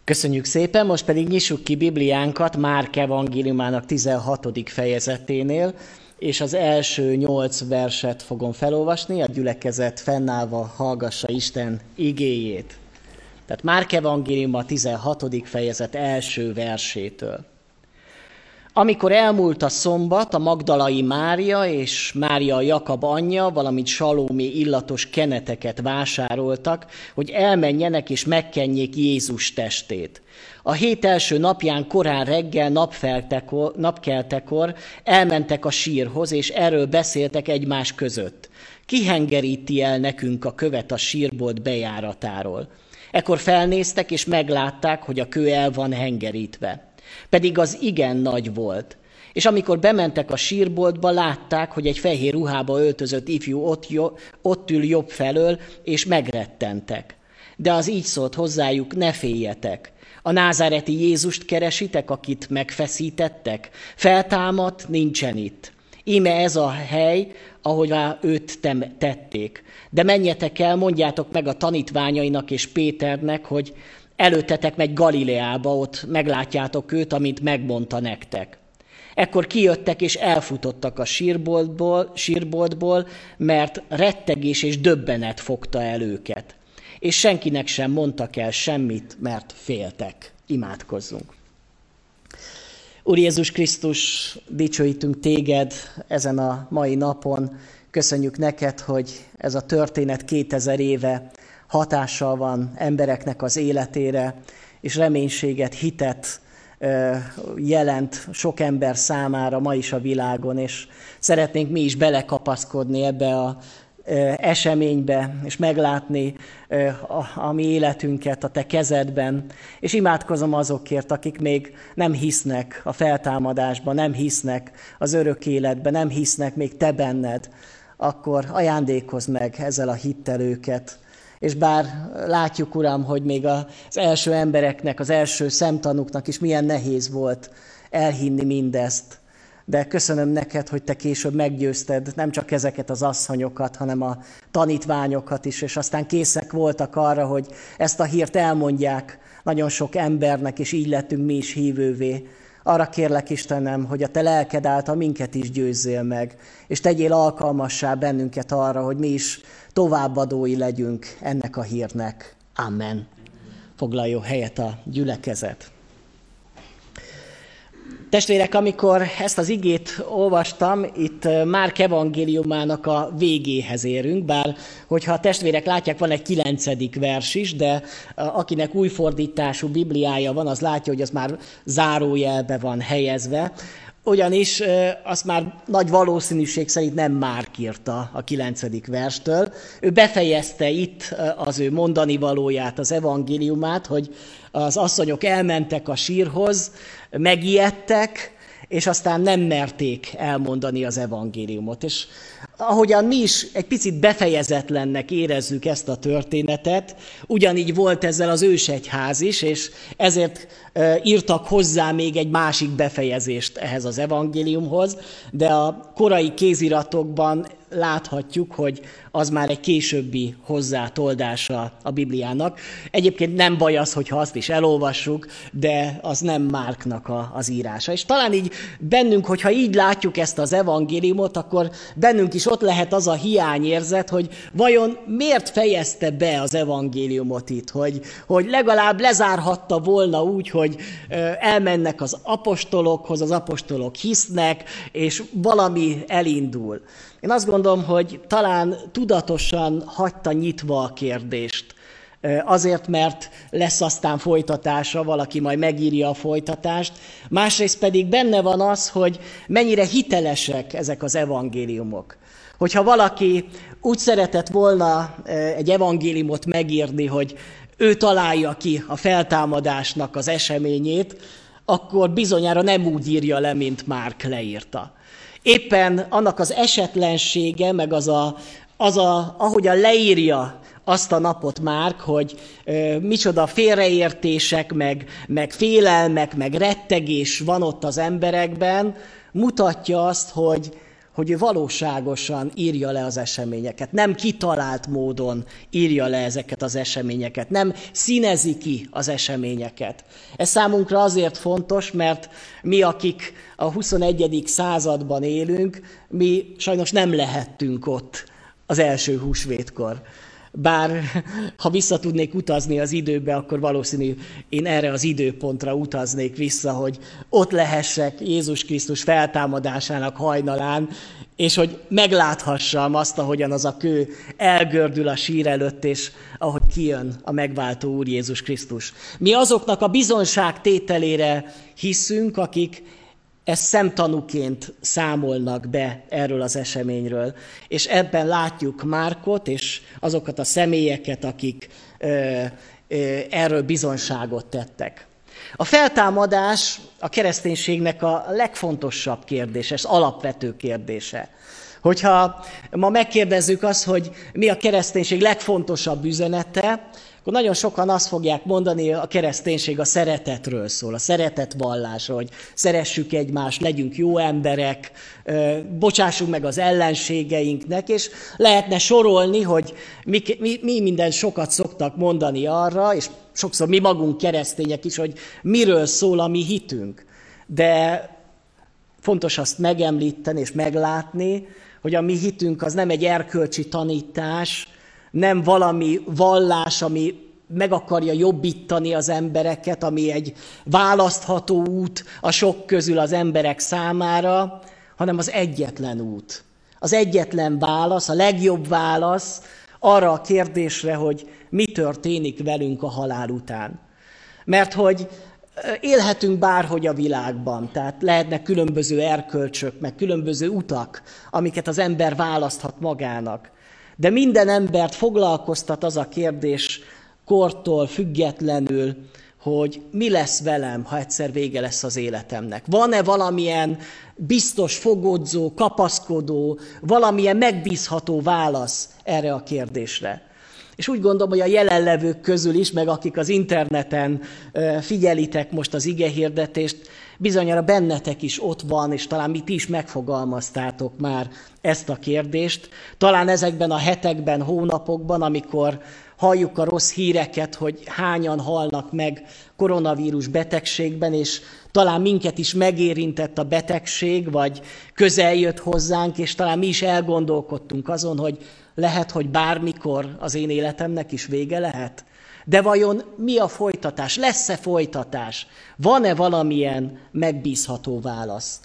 Köszönjük szépen, most pedig nyissuk ki Bibliánkat Márk evangéliumának 16. fejezeténél, és az első 8 verset fogom felolvasni, a gyülekezet fennállva hallgassa Isten igéjét. Tehát Márk evangélium a 16. fejezet első versétől. Amikor elmúlt a szombat, a magdalai Mária és Mária Jakab anyja, valamint Salómé illatos keneteket vásároltak, hogy elmenjenek és megkenjék Jézus testét. A hét első napján korán reggel napkeltekor elmentek a sírhoz, és erről beszéltek egymás között. Ki hengeríti el nekünk a követ a sírbolt bejáratáról? Ekkor felnéztek, és meglátták, hogy a kő el van hengerítve. Pedig az igen nagy volt. És amikor bementek a sírboltba, látták, hogy egy fehér ruhába öltözött ifjú ott ül jobb felől, és megrettentek. De az így szólt hozzájuk: ne féljetek. A názáreti Jézust keresitek, akit megfeszítettek? Feltámadt, nincsen itt. Íme ez a hely, ahová őt tették. De menjetek el, mondjátok meg a tanítványainak és Péternek, hogy előttetek megy Galileába, ott meglátjátok őt, amint megmondta nektek. Ekkor kijöttek és elfutottak a sírboltból, mert rettegés és döbbenet fogta el őket. És senkinek sem mondtak el semmit, mert féltek. Imádkozzunk. Úr Jézus Krisztus, dicsőítünk téged ezen a mai napon. Köszönjük neked, hogy ez a történet 2000 éve hatással van embereknek az életére, és reménységet, hitet jelent sok ember számára ma is a világon, és szeretnénk mi is belekapaszkodni ebbe az eseménybe, és meglátni a mi életünket a te kezedben, és imádkozom azokért, akik még nem hisznek a feltámadásban, nem hisznek az örök életben, nem hisznek még te benned, akkor ajándékozz meg ezzel a hittel őket. És bár látjuk, Uram, hogy még az első embereknek, az első szemtanúknak is milyen nehéz volt elhinni mindezt, de köszönöm neked, hogy te később meggyőzted nem csak ezeket az asszonyokat, hanem a tanítványokat is, és aztán készek voltak arra, hogy ezt a hírt elmondják nagyon sok embernek, és így lettünk mi is hívővé. Arra kérlek, Istenem, hogy a te lelked által minket is győzzél meg, és tegyél alkalmassá bennünket arra, hogy mi is továbbadói legyünk ennek a hírnek. Amen. Foglaljon helyet a gyülekezet. Testvérek, amikor ezt az igét olvastam, itt Márk evangéliumának a végéhez érünk, bár hogyha a testvérek látják, van egy 9. vers is, de akinek új fordítású Bibliája van, az látja, hogy az már zárójelbe van helyezve, ugyanis azt már nagy valószínűség szerint nem Márk írta a 9. verstől. Ő befejezte itt az ő mondani valóját, az evangéliumát, hogy az asszonyok elmentek a sírhoz, megijedtek, és aztán nem merték elmondani az evangéliumot. És ahogyan mi is egy picit befejezetlennek érezzük ezt a történetet, ugyanígy volt ezzel az ősegyház is, és ezért írtak hozzá még egy másik befejezést ehhez az evangéliumhoz, de a korai kéziratokban láthatjuk, hogy az már egy későbbi hozzátoldása a Bibliának. Egyébként nem baj az, hogyha azt is elolvassuk, de az nem Márknak az írása. És talán így bennünk, hogyha így látjuk ezt az evangéliumot, akkor bennünk is ott lehet az a hiányérzet, hogy vajon miért fejezte be az evangéliumot itt, hogy legalább lezárhatta volna úgy, hogy elmennek az apostolokhoz, az apostolok hisznek, és valami elindul. Én azt gondolom, hogy talán tudatosan hagyta nyitva a kérdést. Azért, mert lesz aztán folytatása, valaki majd megírja a folytatást. Másrészt pedig benne van az, hogy mennyire hitelesek ezek az evangéliumok. Hogyha valaki úgy szeretett volna egy evangéliumot megírni, hogy ő találja ki a feltámadásnak az eseményét, akkor bizonyára nem úgy írja le, mint Márk leírta. Éppen annak az esetlensége, meg ahogyan leírja azt a napot Márk, hogy micsoda félreértések, meg félelmek, meg rettegés van ott az emberekben, mutatja azt, hogy ő valóságosan írja le az eseményeket. Nem kitalált módon írja le ezeket az eseményeket. Nem színezi ki az eseményeket. Ez számunkra azért fontos, mert mi, akik a 21. században élünk, mi sajnos nem lehettünk ott az első húsvétkor. Bár ha vissza tudnék utazni az időbe, akkor valószínű én erre az időpontra utaznék vissza, hogy ott lehessek Jézus Krisztus feltámadásának hajnalán, és hogy megláthassam azt, ahogyan az a kő elgördül a sír előtt, és ahogy kijön a megváltó Úr Jézus Krisztus. Mi azoknak a bizonságtételére hiszünk, akik ezt szemtanúként számolnak be erről az eseményről. És ebben látjuk Márkot és azokat a személyeket, akik erről bizonságot tettek. A feltámadás a kereszténységnek a legfontosabb kérdése, ez alapvető kérdése. Hogyha ma megkérdezzük azt, hogy mi a kereszténység legfontosabb üzenete, akkor nagyon sokan azt fogják mondani, hogy a kereszténység a szeretetről szól, a szeretetvallásról, hogy szeressük egymást, legyünk jó emberek, bocsássuk meg az ellenségeinknek, és lehetne sorolni, hogy mi minden sokat szoktak mondani arra, és sokszor mi magunk keresztények is, hogy miről szól a mi hitünk. De fontos azt megemlíteni és meglátni, hogy a mi hitünk az nem egy erkölcsi tanítás, nem valami vallás, ami meg akarja jobbítani az embereket, ami egy választható út a sok közül az emberek számára, hanem az egyetlen út. Az egyetlen válasz, a legjobb válasz arra a kérdésre, hogy mi történik velünk a halál után. Mert hogy élhetünk bárhogy a világban, tehát lehetnek különböző erkölcsök, meg különböző utak, amiket az ember választhat magának. De minden embert foglalkoztat az a kérdés kortól függetlenül, hogy mi lesz velem, ha egyszer vége lesz az életemnek. Van-e valamilyen biztos, fogodzó, kapaszkodó, valamilyen megbízható válasz erre a kérdésre? És úgy gondolom, hogy a jelenlevők közül is, meg akik az interneten figyelitek most az igehirdetést, bizonyára bennetek is ott van, és talán ti is megfogalmaztátok már ezt a kérdést. Talán ezekben a hetekben, hónapokban, amikor halljuk a rossz híreket, hogy hányan halnak meg koronavírus betegségben, és talán minket is megérintett a betegség, vagy közel jött hozzánk, és talán mi is elgondolkodtunk azon, hogy lehet, hogy bármikor az én életemnek is vége lehet. De vajon mi a folytatás? Lesz-e folytatás? Van-e valamilyen megbízható válasz?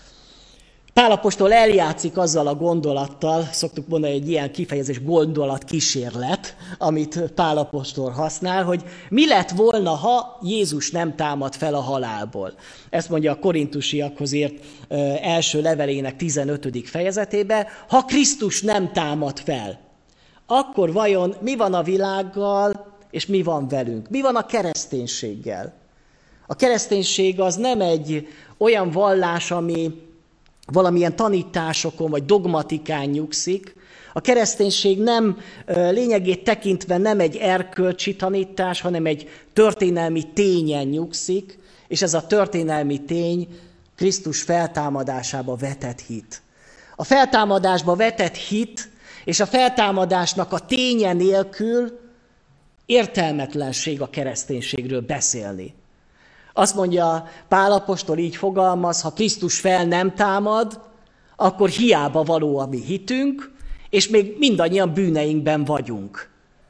Pál apostol eljátszik azzal a gondolattal, szoktuk mondani, egy ilyen kifejezés gondolatkísérlet, amit Pál apostol használ, hogy mi lett volna, ha Jézus nem támad fel a halálból. Ezt mondja a korintusiakhoz írt első levelének 15. fejezetében, ha Krisztus nem támad fel, akkor vajon mi van a világgal, és mi van velünk? Mi van a kereszténységgel? A kereszténység az nem egy olyan vallás, ami valamilyen tanításokon vagy dogmatikán nyugszik. A kereszténység nem lényegét tekintve nem egy erkölcsi tanítás, hanem egy történelmi tényen nyugszik, és ez a történelmi tény Krisztus feltámadásába vetett hit. A feltámadásba vetett hit és a feltámadásnak a ténye nélkül értelmetlenség a kereszténységről beszélni. Azt mondja Pál apostol, így fogalmaz, ha Krisztus fel nem támad, akkor hiába való a mi hitünk, és még mindannyian bűneinkben vagyunk.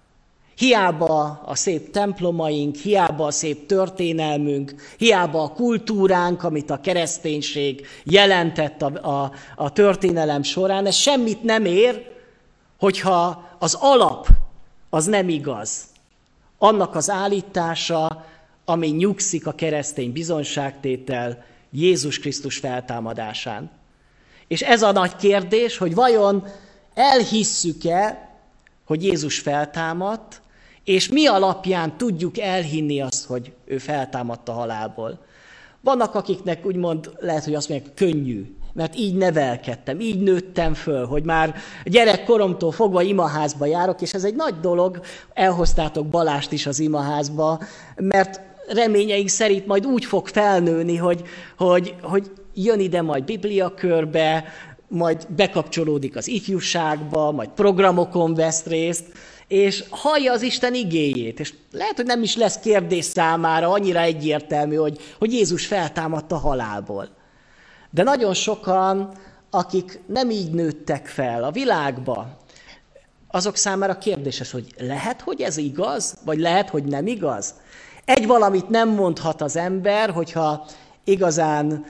Hiába a szép templomaink, hiába a szép történelmünk, hiába a kultúránk, amit a kereszténység jelentett a történelem során, ez semmit nem ér, hogyha az alap az nem igaz. Annak az állítása, ami nyugszik a keresztény bizonságtétel Jézus Krisztus feltámadásán. És ez a nagy kérdés, hogy vajon elhisszük-e, hogy Jézus feltámadt, és mi alapján tudjuk elhinni azt, hogy ő feltámadt a halálból. Vannak, akiknek úgymond lehet, hogy azt mondják, könnyű, mert így nevelkedtem, így nőttem föl, hogy már gyerekkoromtól fogva imaházba járok, és ez egy nagy dolog, elhoztátok Balást is az imaházba, mert reményeink szerint majd úgy fog felnőni, hogy jön ide majd bibliakörbe, majd bekapcsolódik az ifjúságba, majd programokon vesz részt, és hallja az Isten igéjét. És lehet, hogy nem is lesz kérdés számára annyira egyértelmű, hogy Jézus feltámadt a halálból. De nagyon sokan, akik nem így nőttek fel a világba, azok számára kérdéses, hogy lehet, hogy ez igaz, vagy lehet, hogy nem igaz? Egy valamit nem mondhat az ember, hogyha igazán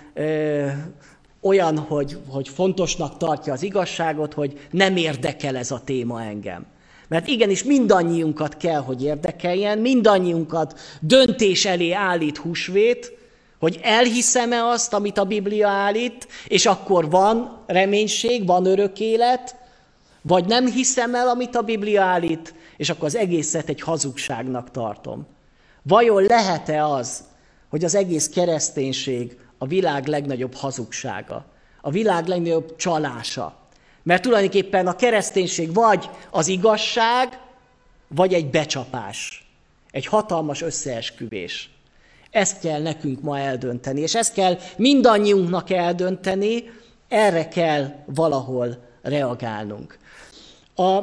olyan, hogy fontosnak tartja az igazságot, hogy nem érdekel ez a téma engem. Mert igenis mindannyiunkat kell, hogy érdekeljen, mindannyiunkat döntés elé állít húsvét, hogy elhiszem-e azt, amit a Biblia állít, és akkor van reménység, van örök élet, vagy nem hiszem el, amit a Biblia állít, és akkor az egészet egy hazugságnak tartom. Vajon lehet-e az, hogy az egész kereszténység a világ legnagyobb hazugsága, a világ legnagyobb csalása? Mert tulajdonképpen a kereszténység vagy az igazság, vagy egy becsapás, egy hatalmas összeesküvés. Ezt kell nekünk ma eldönteni, és ezt kell mindannyiunknak eldönteni, erre kell valahol reagálnunk. A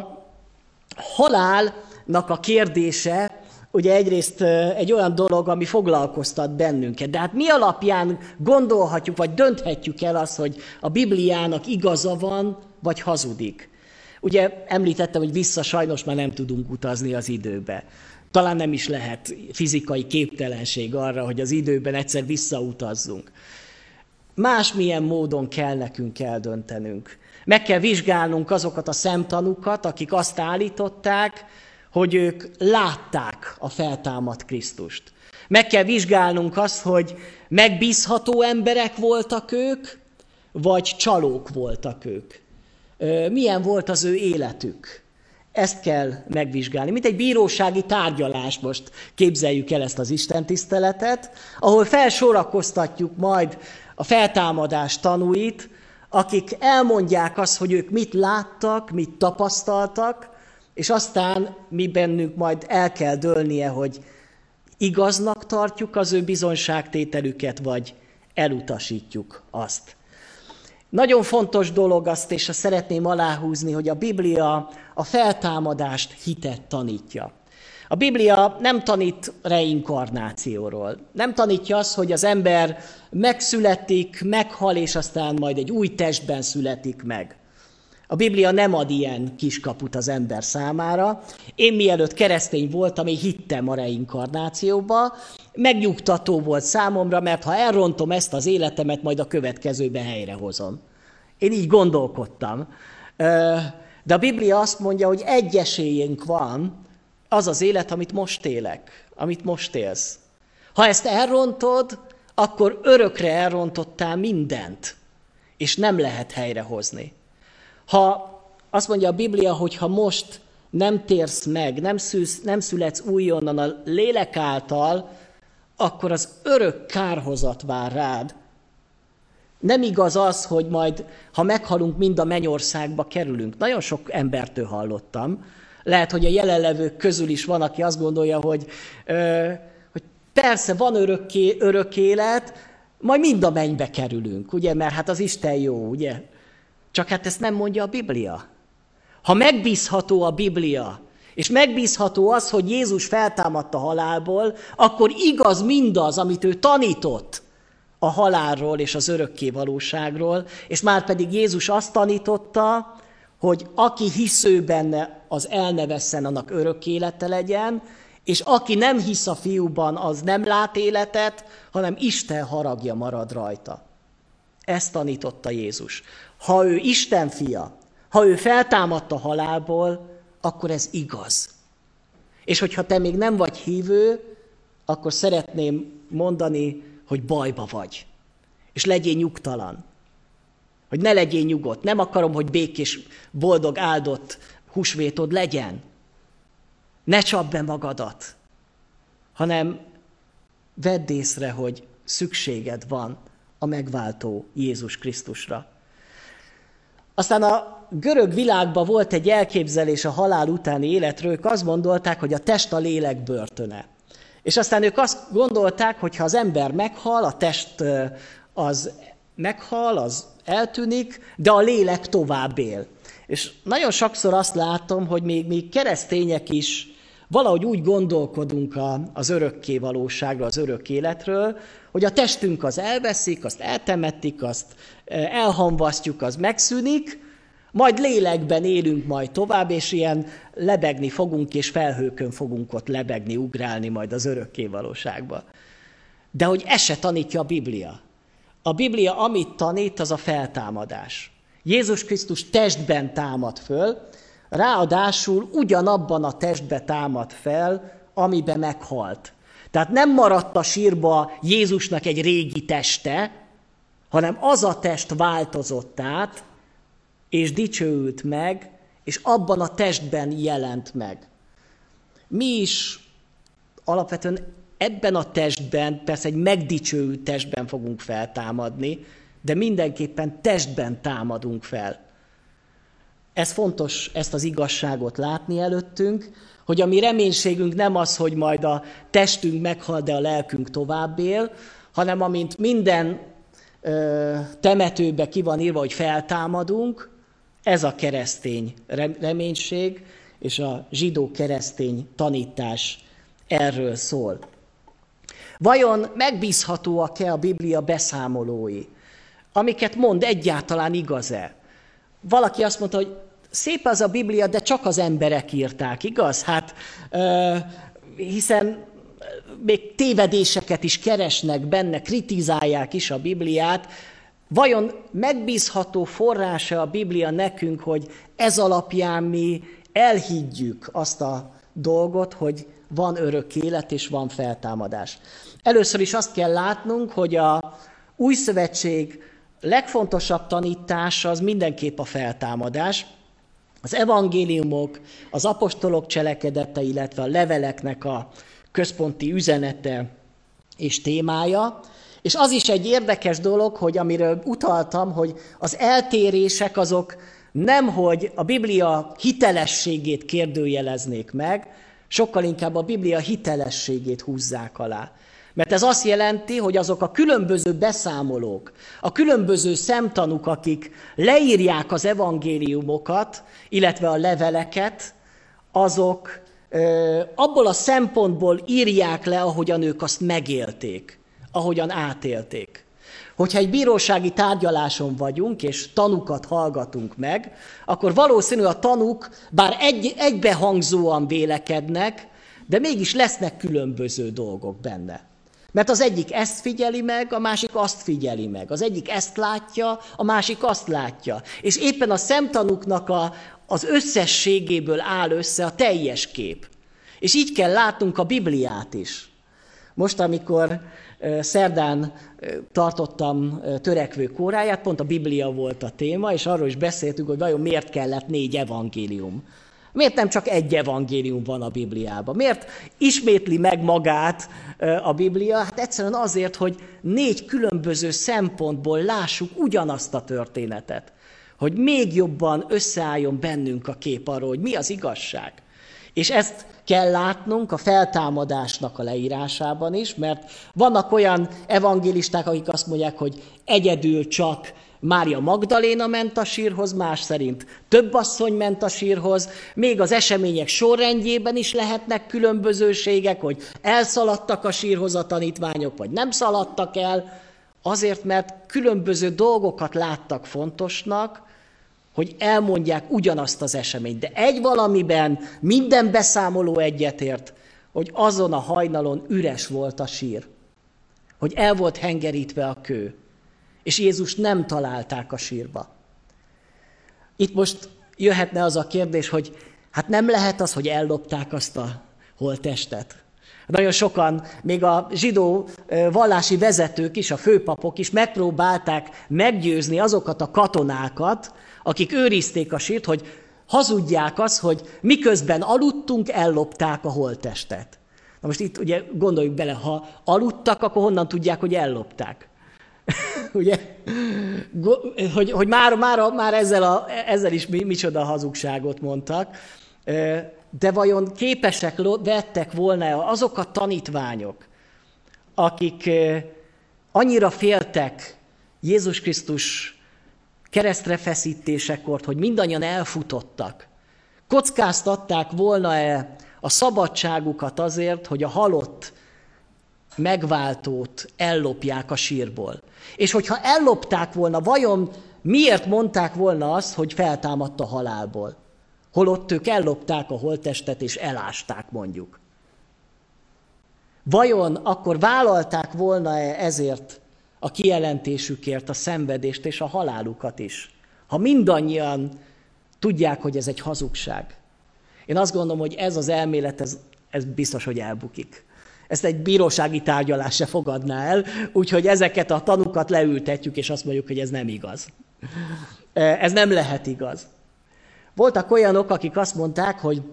halálnak a kérdése ugye egyrészt egy olyan dolog, ami foglalkoztat bennünket, de hát mi alapján gondolhatjuk, vagy dönthetjük el azt, hogy a Bibliának igaza van, vagy hazudik. Ugye említettem, hogy vissza sajnos már nem tudunk utazni az időbe. Talán nem is lehet fizikai képtelenség arra, hogy az időben egyszer visszautazzunk. Másmilyen módon kell nekünk eldöntenünk. Meg kell vizsgálnunk azokat a szemtanúkat, akik azt állították, hogy ők látták a feltámadt Krisztust. Meg kell vizsgálnunk azt, hogy megbízható emberek voltak ők, vagy csalók voltak ők. Milyen volt az ő életük? Ezt kell megvizsgálni. Mint egy bírósági tárgyalás, most képzeljük el ezt az istentiszteletet, ahol felsorakoztatjuk majd a feltámadás tanúit, akik elmondják azt, hogy ők mit láttak, mit tapasztaltak, és aztán mi bennünk majd el kell dőlnie, hogy igaznak tartjuk az ő bizonyságtételüket, vagy elutasítjuk azt. Nagyon fontos dolog azt, és azt szeretném aláhúzni, hogy a Biblia a feltámadást hitet tanítja. A Biblia nem tanít reinkarnációról. Nem tanítja azt, hogy az ember megszületik, meghal, és aztán majd egy új testben születik meg. A Biblia nem ad ilyen kiskaput az ember számára. Én mielőtt keresztény voltam, én hittem a reinkarnációba. Megnyugtató volt számomra, mert ha elrontom ezt az életemet, majd a következőben helyrehozom. Én így gondolkodtam. De a Biblia azt mondja, hogy egy esélyünk van, az az élet, amit most élek, amit most élsz. Ha ezt elrontod, akkor örökre elrontottál mindent, és nem lehet helyrehozni. Ha azt mondja a Biblia, hogy ha most nem térsz meg, nem születsz újonnan a lélek által, akkor az örök kárhozat vár rád. Nem igaz az, hogy majd, ha meghalunk, mind a mennyországba kerülünk. Nagyon sok embertől hallottam. Lehet, hogy a jelenlevők közül is van, aki azt gondolja, hogy persze van örök élet, majd mind a mennybe kerülünk, ugye? Mert hát az Isten jó, ugye? Csak hát ezt nem mondja a Biblia. Ha megbízható a Biblia, és megbízható az, hogy Jézus feltámadt a halálból, akkor igaz mindaz, amit ő tanított a halálról és az örökké valóságról, és már pedig Jézus azt tanította, hogy aki hisz ő benne, az el ne vesszen, annak örök élete legyen, és aki nem hisz a fiúban, az nem lát életet, hanem Isten haragja marad rajta. Ezt tanította Jézus. Ha ő Isten fia, ha ő feltámadt a halálból, akkor ez igaz. És hogyha te még nem vagy hívő, akkor szeretném mondani, hogy bajba vagy. És legyél nyugtalan. Hogy ne legyél nyugodt. Nem akarom, hogy békés, boldog, áldott húsvétod legyen. Ne csapd be magadat, hanem vedd észre, hogy szükséged van a megváltó Jézus Krisztusra. Aztán a görög világban volt egy elképzelés a halál utáni életről, ők azt gondolták, hogy a test a lélek börtöne. És aztán ők azt gondolták, hogy ha az ember meghal, a test az meghal, az eltűnik, de a lélek tovább él. És nagyon sokszor azt látom, hogy még keresztények is valahogy úgy gondolkodunk az örökké valóságról, az örök életről, hogy a testünk az elveszik, azt eltemetik, azt elhamvasztjuk, az megszűnik, majd lélekben élünk majd tovább, és ilyen lebegni fogunk, és felhőkön fogunk ott lebegni, ugrálni majd az örökké valóságba. De hogy ezt se tanítja a Biblia. A Biblia, amit tanít, az a feltámadás. Jézus Krisztus testben támad föl, ráadásul ugyanabban a testbe támad fel, amiben meghalt. Tehát nem maradt a sírba Jézusnak egy régi teste, hanem az a test változott át, és dicsőült meg, és abban a testben jelent meg. Mi is alapvetően ebben a testben, persze egy megdicsőült testben fogunk feltámadni, de mindenképpen testben támadunk fel. Ez fontos, ezt az igazságot látni előttünk, hogy a mi reménységünk nem az, hogy majd a testünk meghal, de a lelkünk tovább él, hanem amint minden temetőbe ki van írva, hogy feltámadunk, ez a keresztény reménység, és a zsidó-keresztény tanítás erről szól. Vajon megbízhatóak-e a Biblia beszámolói? Amiket mond, egyáltalán igaz-e? Valaki azt mondta, hogy szép az a Biblia, de csak az emberek írták, igaz? Hát, hiszen még tévedéseket is keresnek benne, kritizálják is a Bibliát. Vajon megbízható forrása a Biblia nekünk, hogy ez alapján mi elhiggyük azt a dolgot, hogy van örök élet és van feltámadás? Először is azt kell látnunk, hogy a Új Szövetség legfontosabb tanítása az mindenképp a feltámadás. Az evangéliumok, az apostolok cselekedete, illetve a leveleknek a központi üzenete és témája. És az is egy érdekes dolog, hogy amiről utaltam, hogy az eltérések azok nemhogy a Biblia hitelességét kérdőjeleznék meg, sokkal inkább a Biblia hitelességét húzzák alá. Mert ez azt jelenti, hogy azok a különböző beszámolók, a különböző szemtanúk, akik leírják az evangéliumokat, illetve a leveleket, azok abból a szempontból írják le, ahogyan ők azt megélték, ahogyan átélték. Hogyha egy bírósági tárgyaláson vagyunk, és tanúkat hallgatunk meg, akkor valószínű a tanúk bár egybehangzóan vélekednek, de mégis lesznek különböző dolgok benne. Mert az egyik ezt figyeli meg, a másik azt figyeli meg. Az egyik ezt látja, a másik azt látja. És éppen a szemtanúknak az összességéből áll össze a teljes kép. És így kell látnunk a Bibliát is. Most, amikor szerdán tartottam törekvő kóráját, pont a Biblia volt a téma, és arról is beszéltünk, hogy vajon miért kellett 4 evangélium. Miért nem csak egy evangélium van a Bibliában? Miért ismétli meg magát a Biblia? Hát egyszerűen azért, hogy 4 különböző szempontból lássuk ugyanazt a történetet. Hogy még jobban összeálljon bennünk a kép arról, hogy mi az igazság. És ezt kell látnunk a feltámadásnak a leírásában is, mert vannak olyan evangélisták, akik azt mondják, hogy egyedül csak Mária Magdaléna ment a sírhoz, más szerint több asszony ment a sírhoz, még az események sorrendjében is lehetnek különbözőségek, hogy elszaladtak a sírhoz a tanítványok, vagy nem szaladtak el, azért, mert különböző dolgokat láttak fontosnak, hogy elmondják ugyanazt az eseményt. De egy valamiben minden beszámoló egyetért, hogy azon a hajnalon üres volt a sír, hogy el volt hengerítve a kő, és Jézus nem találták a sírba. Itt most jöhetne az a kérdés, hogy hát nem lehet az, hogy ellopták azt a holttestet. Nagyon sokan, még a zsidó vallási vezetők is, a főpapok is megpróbálták meggyőzni azokat a katonákat, akik őrizték a sírt, hogy hazudják azt, hogy miközben aludtunk, ellopták a holttestet. Na most itt ugye gondoljuk bele, ha aludtak, akkor honnan tudják, hogy ellopták? Ugye? Hogy már ezzel is micsoda hazugságot mondtak. De vajon képesek lettek volna azok a tanítványok, akik annyira féltek Jézus Krisztus keresztre feszítésekor, hogy mindannyian elfutottak, kockáztatták volna-e a szabadságukat azért, hogy a halott megváltót ellopják a sírból. És hogyha ellopták volna, vajon miért mondták volna azt, hogy feltámadt a halálból? Holott ők ellopták a holttestet és elásták, mondjuk. Vajon akkor vállalták volna-e ezért a kijelentésükért a szenvedést és a halálukat is? Ha mindannyian tudják, hogy ez egy hazugság. Én azt gondolom, hogy ez az elmélet, ez biztos, hogy elbukik. Ezt egy bírósági tárgyalás se fogadná el, úgyhogy ezeket a tanukat leültetjük, és azt mondjuk, hogy ez nem igaz. Ez nem lehet igaz. Voltak olyanok, akik azt mondták, hogy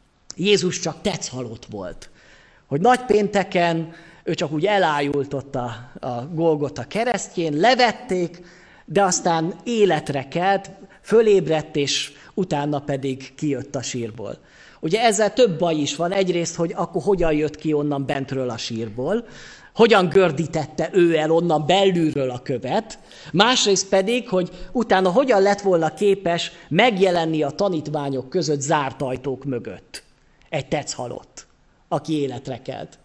Jézus csak tetszhalott volt. Hogy nagypénteken ő csak úgy elájult ott a Golgota keresztjén, levették, de aztán életre kelt, fölébredt, és utána pedig kijött a sírból. Ugye ezzel több baj is van. Egyrészt, hogy akkor hogyan jött ki onnan bentről a sírból, hogyan gördítette ő el onnan belülről a követ, másrészt pedig, hogy utána hogyan lett volna képes megjelenni a tanítványok között zárt ajtók mögött. Egy tetszhalott, aki életre kelt.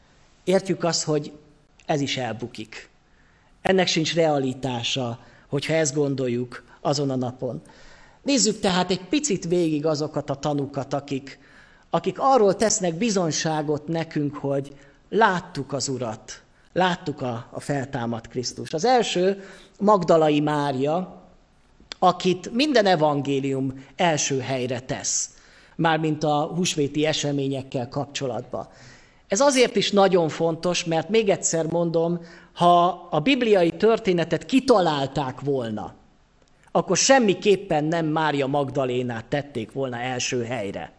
Értjük azt, hogy ez is elbukik. Ennek sincs realitása, hogyha ezt gondoljuk azon a napon. Nézzük tehát egy picit végig azokat a tanukat, akik arról tesznek bizonyságot nekünk, hogy láttuk az Urat, láttuk a feltámadt Krisztust. Az első Magdalai Mária, akit minden evangélium első helyre tesz, mármint a húsvéti eseményekkel kapcsolatban. Ez azért is nagyon fontos, mert még egyszer mondom, ha a bibliai történetet kitalálták volna, akkor semmiképpen nem Mária Magdalénát tették volna első helyre.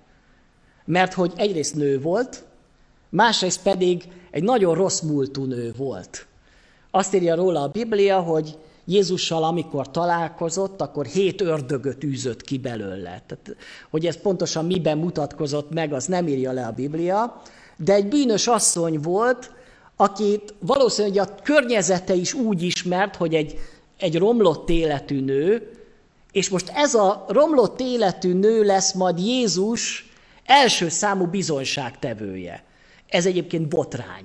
Mert hogy egyrészt nő volt, másrészt pedig egy nagyon rossz múltú nő volt. Azt írja róla a Biblia, hogy Jézussal, amikor találkozott, akkor 7 ördögöt űzött ki belőle. Tehát, hogy ez pontosan miben mutatkozott meg, az nem írja le a Biblia, de egy bűnös asszony volt, akit valószínűleg a környezete is úgy ismert, hogy egy romlott életű nő, és most ez a romlott életű nő lesz majd Jézus első számú bizonyságtevője. Ez egyébként botrány.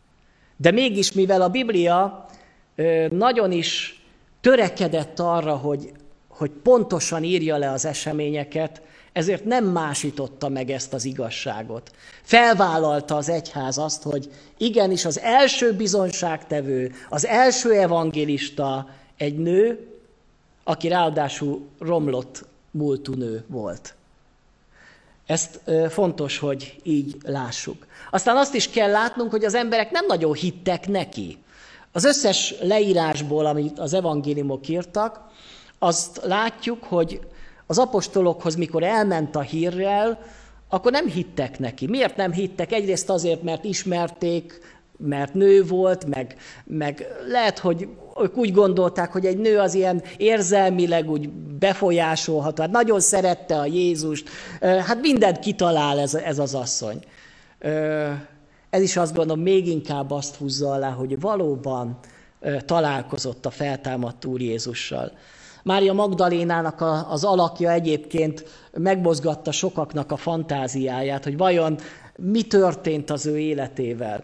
De mégis, mivel a Biblia nagyon is törekedett arra, hogy pontosan írja le az eseményeket, ezért nem másította meg ezt az igazságot. Felvállalta az egyház azt, hogy igenis az első bizonyságtevő, az első evangélista egy nő, aki ráadásul romlott múltú nő volt. Ezt fontos, hogy így lássuk. Aztán azt is kell látnunk, hogy az emberek nem nagyon hittek neki. Az összes leírásból, amit az evangéliumok írtak, azt látjuk, hogy az apostolokhoz, mikor elment a hírrel, akkor nem hittek neki. Miért nem hittek? Egyrészt azért, mert ismerték, mert nő volt, meg lehet, hogy ők úgy gondolták, hogy egy nő az ilyen érzelmileg úgy befolyásolható. Hát nagyon szerette a Jézust, hát mindent kitalál ez az asszony. Ez is azt gondolom, még inkább azt húzza alá, hogy valóban találkozott a feltámadt Úr Jézussal. Mária Magdalénának az alakja egyébként megmozgatta sokaknak a fantáziáját, hogy vajon mi történt az ő életével.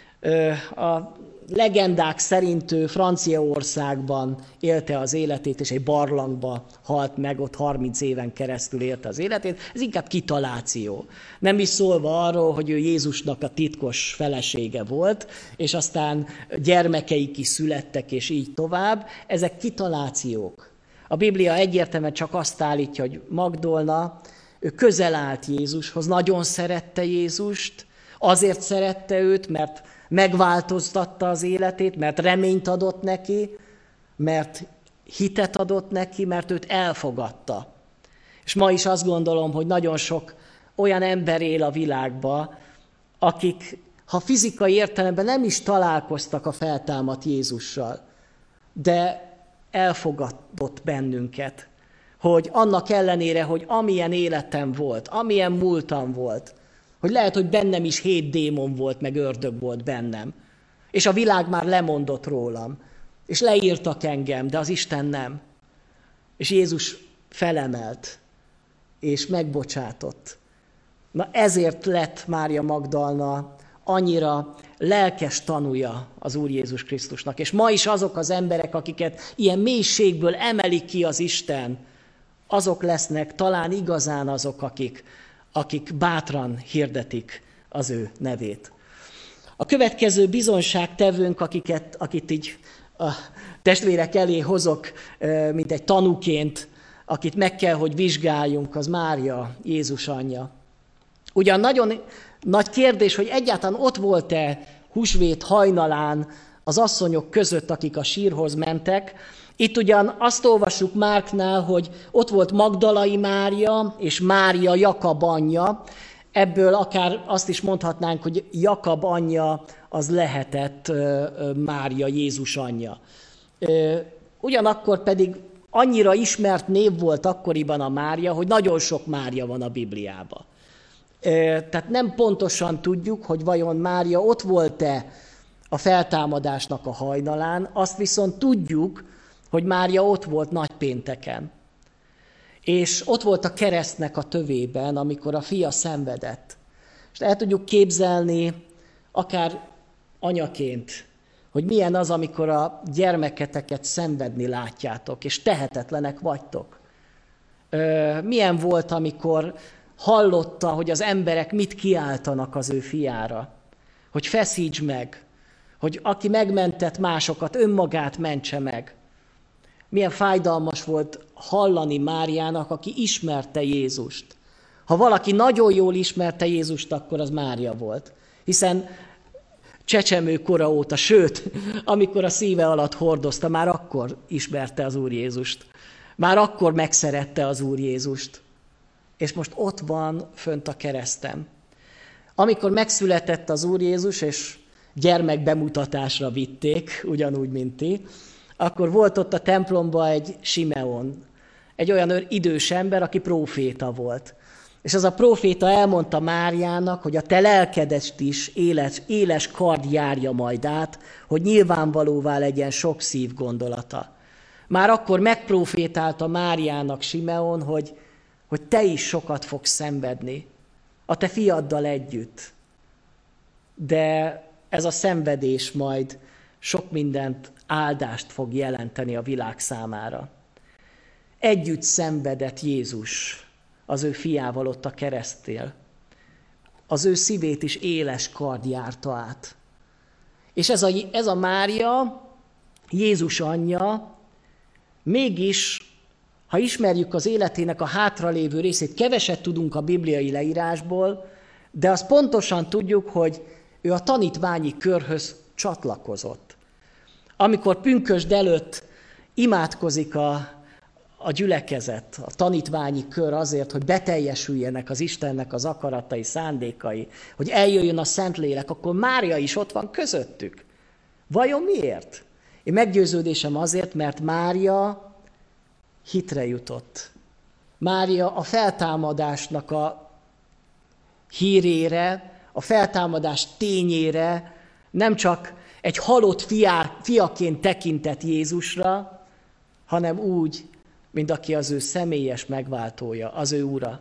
A legendák szerint ő Franciaországban élte az életét, és egy barlangba halt meg, ott 30 éven keresztül élte az életét. Ez inkább kitaláció. Nem is szólva arról, hogy ő Jézusnak a titkos felesége volt, és aztán gyermekeik is születtek, és így tovább. Ezek kitalációk. A Biblia egyértelműen csak azt állítja, hogy Magdolna, ő közel állt Jézushoz, nagyon szerette Jézust, azért szerette őt, mert megváltoztatta az életét, mert reményt adott neki, mert hitet adott neki, mert őt elfogadta. És ma is azt gondolom, hogy nagyon sok olyan ember él a világban, akik, ha fizikai értelemben nem is találkoztak a feltámadt Jézussal, de elfogadott bennünket, hogy annak ellenére, hogy amilyen életem volt, amilyen múltam volt, hogy lehet, hogy bennem is 7 démon volt, meg ördög volt bennem, és a világ már lemondott rólam, és leírtak engem, de az Isten nem. És Jézus felemelt, és megbocsátott. Na ezért lett Mária Magdalna annyira lelkes tanúja az Úr Jézus Krisztusnak. És ma is azok az emberek, akiket ilyen mélységből emelik ki az Isten, azok lesznek talán igazán azok, akik bátran hirdetik az ő nevét. A következő bizonyságtevőnk, akit így a testvérek elé hozok, mint egy tanúként, akit meg kell, hogy vizsgáljunk, az Mária, Jézus anyja. Ugyan nagyon nagy kérdés, hogy egyáltalán ott volt-e húsvét hajnalán az asszonyok között, akik a sírhoz mentek. Itt ugyan azt olvassuk Márknál, hogy ott volt Magdalai Mária és Mária Jakab anyja. Ebből akár azt is mondhatnánk, hogy Jakab anyja az lehetett Mária, Jézus anyja. Ugyanakkor pedig annyira ismert név volt akkoriban a Mária, hogy nagyon sok Mária van a Bibliában. Tehát nem pontosan tudjuk, hogy vajon Mária ott volt-e a feltámadásnak a hajnalán, azt viszont tudjuk, hogy Mária ott volt nagypénteken. És ott volt a keresztnek a tövében, amikor a fia szenvedett. És el tudjuk képzelni, akár anyaként, hogy milyen az, amikor a gyermeketeket szenvedni látjátok, és tehetetlenek vagytok. Milyen volt, amikor hallotta, hogy az emberek mit kiáltanak az ő fiára, hogy feszíts meg, hogy aki megmentett másokat, önmagát mentse meg. Milyen fájdalmas volt hallani Máriának, aki ismerte Jézust. Ha valaki nagyon jól ismerte Jézust, akkor az Mária volt. Hiszen csecsemő kora óta, sőt, amikor a szíve alatt hordozta, már akkor ismerte az Úr Jézust. Már akkor megszerette az Úr Jézust. És most ott van fönt a kereszten. Amikor megszületett az Úr Jézus, és gyermekbemutatásra vitték, ugyanúgy, mint ti, akkor volt ott a templomban egy Simeon, egy olyan idős ember, aki próféta volt. És az a próféta elmondta Máriának, hogy a te lelkedet is éles kard járja majd át, hogy nyilvánvalóvá legyen sok szív gondolata. Már akkor megprófétálta Máriának Simeon, hogy te is sokat fogsz szenvedni, a te fiaddal együtt. De ez a szenvedés majd sok mindent, áldást fog jelenteni a világ számára. Együtt szenvedett Jézus az ő fiával ott a keresztnél. Az ő szívét is éles kard járta át. És ez a Mária, Jézus anyja, mégis, ha ismerjük az életének a hátralévő részét, keveset tudunk a bibliai leírásból, de azt pontosan tudjuk, hogy ő a tanítványi körhöz csatlakozott. Amikor pünkösd előtt imádkozik a gyülekezet, a tanítványi kör azért, hogy beteljesüljenek az Istennek az akaratai, szándékai, hogy eljöjjön a Szentlélek, akkor Mária is ott van közöttük. Vajon miért? Én meggyőződésem azért, mert Mária hitre jutott. Mária a feltámadásnak a hírére, a feltámadás tényére nem csak egy halott fiaként tekintett Jézusra, hanem úgy, mint aki az ő személyes megváltója, az ő ura,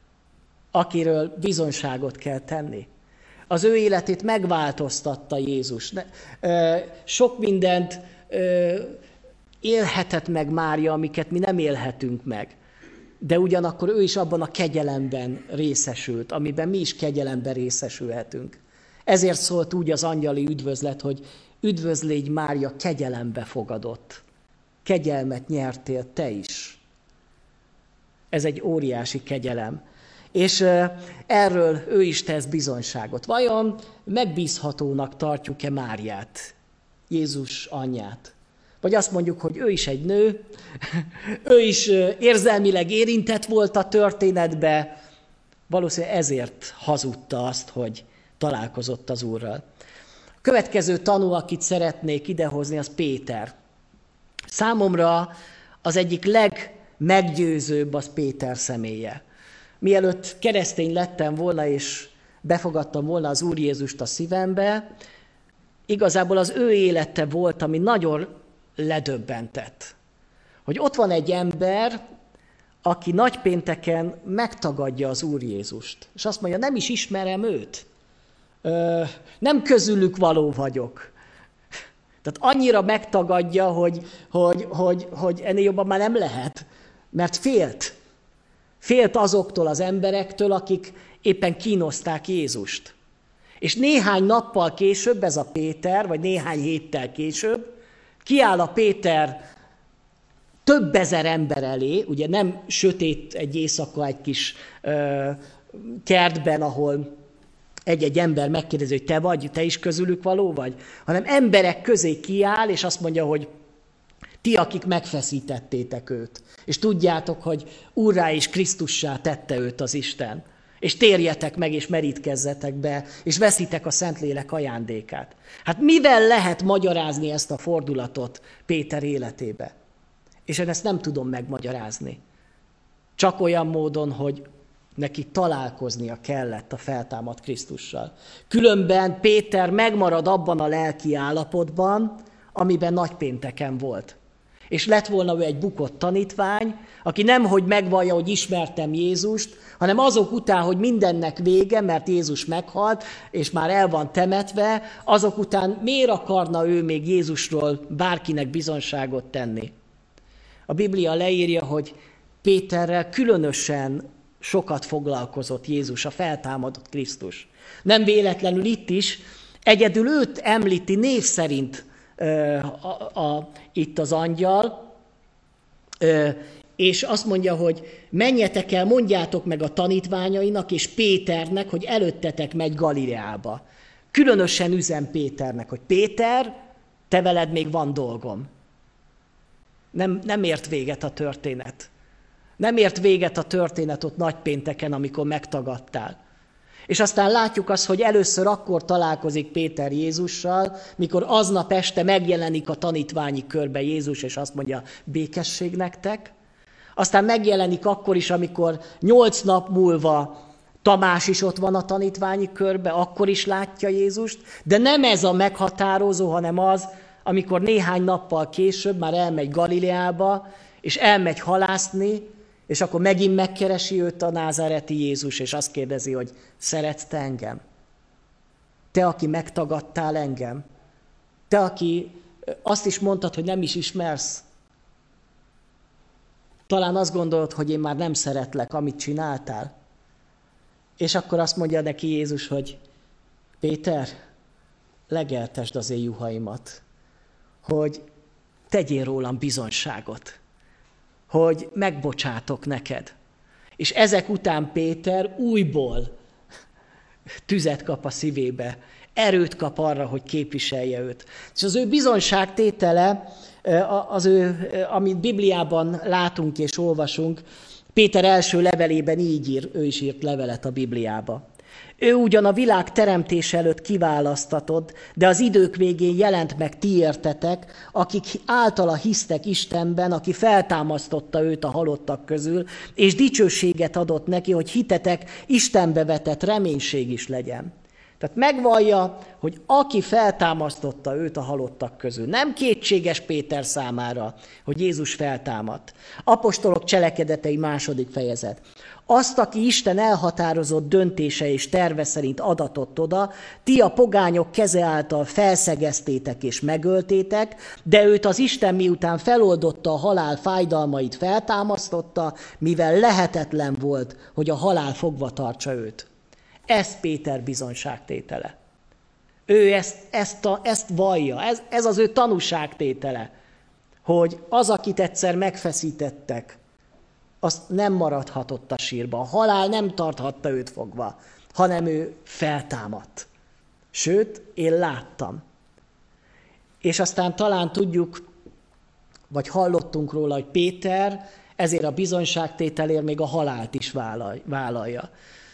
akiről bizonyságot kell tenni. Az ő életét megváltoztatta Jézus. Sok mindent élhetett meg Mária, amiket mi nem élhetünk meg. De ugyanakkor ő is abban a kegyelemben részesült, amiben mi is kegyelemben részesülhetünk. Ezért szólt úgy az angyali üdvözlet, hogy üdvözlégy Mária, kegyelembe fogadott. Kegyelmet nyertél te is. Ez egy óriási kegyelem. És erről ő is tesz bizonyságot. Vajon megbízhatónak tartjuk-e Máriát, Jézus anyját? Vagy azt mondjuk, hogy ő is egy nő, ő is érzelmileg érintett volt a történetbe, valószínűleg ezért hazudta azt, hogy találkozott az Úrral. A következő tanú, akit szeretnék idehozni, az Péter. Számomra az egyik legmeggyőzőbb az Péter személye. Mielőtt keresztény lettem volna, és befogadtam volna az Úr Jézust a szívembe, igazából az ő élete volt, ami nagyon ledöbbentett. Hogy ott van egy ember, aki nagypénteken megtagadja az Úr Jézust. És azt mondja, nem is ismerem őt. Nem közülük való vagyok. Tehát annyira megtagadja, hogy ennél jobban már nem lehet. Mert félt. Félt azoktól az emberektől, akik éppen kínozták Jézust. És néhány nappal később ez a Péter, vagy néhány héttel később, kiáll a Péter több ezer ember elé, ugye nem sötét egy éjszaka egy kis kertben, ahol egy-egy ember megkérdezi, hogy te vagy, te is közülük való vagy, hanem emberek közé kiáll, és azt mondja, hogy ti, akik megfeszítettétek őt, és tudjátok, hogy Úrrá és Krisztussá tette őt az Isten, és térjetek meg, és merítkezzetek be, és veszitek a Szentlélek ajándékát. Hát mivel lehet magyarázni ezt a fordulatot Péter életébe? És én ezt nem tudom megmagyarázni. Csak olyan módon, hogy neki találkoznia kellett a feltámadt Krisztussal. Különben Péter megmarad abban a lelki állapotban, amiben nagypénteken volt. És lett volna ő egy bukott tanítvány, aki nemhogy megvallja, hogy ismertem Jézust, hanem azok után, hogy mindennek vége, mert Jézus meghalt, és már el van temetve, azok után miért akarna ő még Jézusról bárkinek bizonyságot tenni? A Biblia leírja, hogy Péterrel különösen sokat foglalkozott Jézus, a feltámadott Krisztus. Nem véletlenül itt is, egyedül őt említi név szerint itt az angyal, és azt mondja, hogy menjetek el, mondjátok meg a tanítványainak és Péternek, hogy előttetek megy Galileába. Különösen üzen Péternek, hogy Péter, te veled még van dolgom. Nem ért véget a történet. Nem ért véget a történet ott nagypénteken, amikor megtagadtál. És aztán látjuk azt, hogy először akkor találkozik Péter Jézussal, mikor aznap este megjelenik a tanítványi körbe Jézus, és azt mondja, békesség nektek. Aztán megjelenik akkor is, amikor 8 nap múlva Tamás is ott van a tanítványi körbe, akkor is látja Jézust, de nem ez a meghatározó, hanem az, amikor néhány nappal később már elmegy Galileába, és elmegy halászni, és akkor megint megkeresi őt a názáreti Jézus, és azt kérdezi, hogy szeretsz te engem? Te, aki megtagadtál engem? Te, aki azt is mondtad, hogy nem is ismersz? Talán azt gondolod, hogy én már nem szeretlek, amit csináltál? És akkor azt mondja neki Jézus, hogy Péter, legeltesd az én juhaimat, hogy tegyél rólam bizonyságot, hogy megbocsátok neked. És ezek után Péter újból tüzet kap a szívébe, erőt kap arra, hogy képviselje őt. És az ő bizonyságtétele, amit Bibliában látunk és olvasunk, Péter első levelében így ír, ő is írt levelet a Bibliába. Ő ugyan a világ teremtése előtt kiválasztatott, de az idők végén jelent meg ti értetek, akik általa hisztek Istenben, aki feltámasztotta őt a halottak közül, és dicsőséget adott neki, hogy hitetek Istenbe vetett reménység is legyen. Tehát megvallja, hogy aki feltámasztotta őt a halottak közül. Nem kétséges Péter számára, hogy Jézus feltámadt. Apostolok cselekedetei 2. fejezet. Azt, aki Isten elhatározott döntése és terve szerint adatott oda, ti a pogányok keze által felszegeztétek és megöltétek, de őt az Isten miután feloldotta a halál fájdalmait feltámasztotta, mivel lehetetlen volt, hogy a halál fogva tartsa őt. Ez Péter bizonyságtétele. Ő ezt vallja, ez az ő tanúságtétele, hogy az, akit egyszer megfeszítettek, az nem maradhatott a sírba. A halál nem tarthatta őt fogva, hanem ő feltámadt. Sőt, én láttam. És aztán talán tudjuk, vagy hallottunk róla, hogy Péter ezért a bizonyságtételért még a halált is vállalja.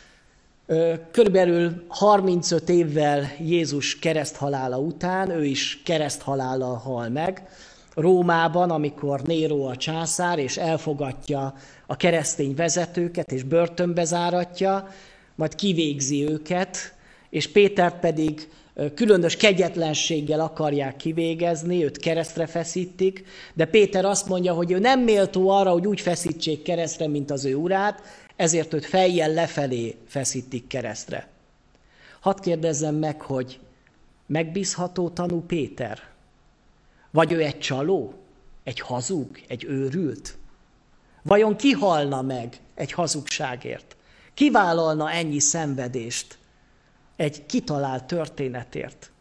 Körülbelül 35 évvel Jézus kereszthalála után, ő is kereszthalállal hal meg, Rómában, amikor Néró a császár, és elfogatja a keresztény vezetőket, és börtönbe záratja, majd kivégzi őket, és Pétert pedig különös kegyetlenséggel akarják kivégezni, őt keresztre feszítik, de Péter azt mondja, hogy ő nem méltó arra, hogy úgy feszítsék keresztre, mint az ő urát, ezért őt fejjel lefelé feszítik keresztre. Hadd kérdezzem meg, hogy megbízható tanú Péter? Vagy ő egy csaló? Egy hazug? Egy őrült? Vajon ki halna meg egy hazugságért? Ki vállalna ennyi szenvedést egy kitalált történetért?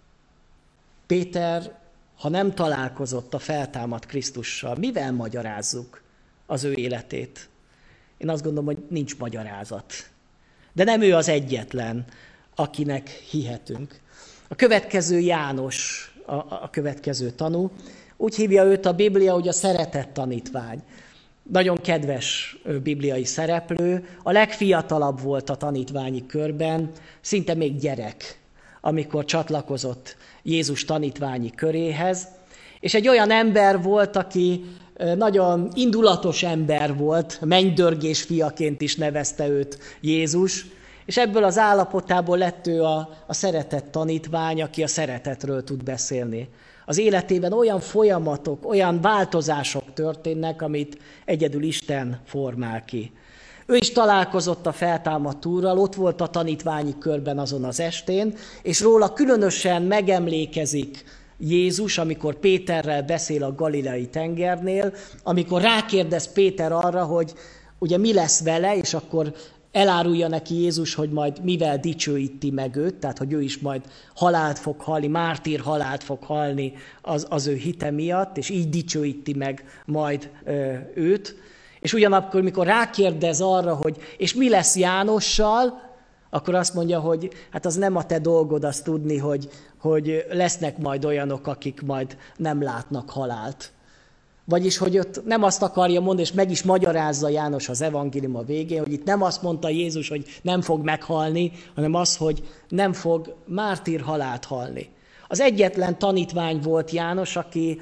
Péter, ha nem találkozott a feltámadt Krisztussal, mivel magyarázzuk az ő életét? Én azt gondolom, hogy nincs magyarázat. De nem ő az egyetlen, akinek hihetünk. A következő János, a következő tanú, úgy hívja őt a Biblia, hogy a szeretett tanítvány. Nagyon kedves bibliai szereplő, a legfiatalabb volt a tanítványi körben, szinte még gyerek, amikor csatlakozott Jézus tanítványi köréhez, és egy olyan ember volt, aki nagyon indulatos ember volt, mennydörgés fiaként is nevezte őt Jézus, és ebből az állapotából lett ő a szeretett tanítvány, aki a szeretetről tud beszélni. Az életében olyan folyamatok, olyan változások történnek, amit egyedül Isten formál ki. Ő is találkozott a feltámadt Úrral, ott volt a tanítványi körben azon az estén, és róla különösen megemlékezik Jézus, amikor Péterrel beszél a Galileai tengernél, amikor rákérdez Péter arra, hogy ugye mi lesz vele, és akkor elárulja neki Jézus, hogy majd mivel dicsőíti meg őt, tehát hogy ő is majd halált fog halni, mártír halált fog halni az ő hite miatt, és így dicsőíti meg majd őt. És ugyanakkor, mikor rákérdez arra, hogy és mi lesz Jánossal, akkor azt mondja, hogy hát az nem a te dolgod azt tudni, hogy lesznek majd olyanok, akik majd nem látnak halált. Vagyis, hogy ott nem azt akarja mondani, és meg is magyarázza János az evangélium a végén, hogy itt nem azt mondta Jézus, hogy nem fog meghalni, hanem az, hogy nem fog mártír halált halni. Az egyetlen tanítvány volt János, aki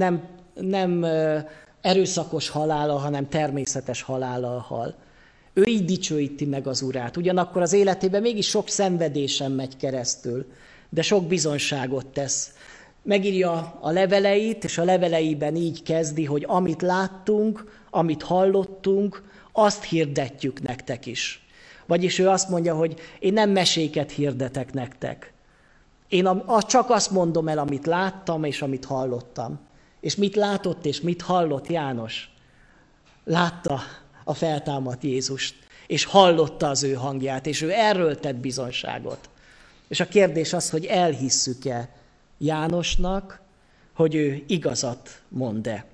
nem erőszakos halállal, hanem természetes halállal hal. Ő így dicsőíti meg az Urát. Ugyanakkor az életében mégis sok szenvedésen megy keresztül, de sok bizonyságot tesz. Megírja a leveleit, és a leveleiben így kezdi, hogy amit láttunk, amit hallottunk, azt hirdetjük nektek is. Vagyis ő azt mondja, hogy én nem meséket hirdetek nektek. Én csak azt mondom el, amit láttam, és amit hallottam. És mit látott, és mit hallott János? Látta a feltámadt Jézust, és hallotta az ő hangját, és ő erről tett bizonyságot. És a kérdés az, hogy elhisszük-e Jánosnak, hogy ő igazat mond-e.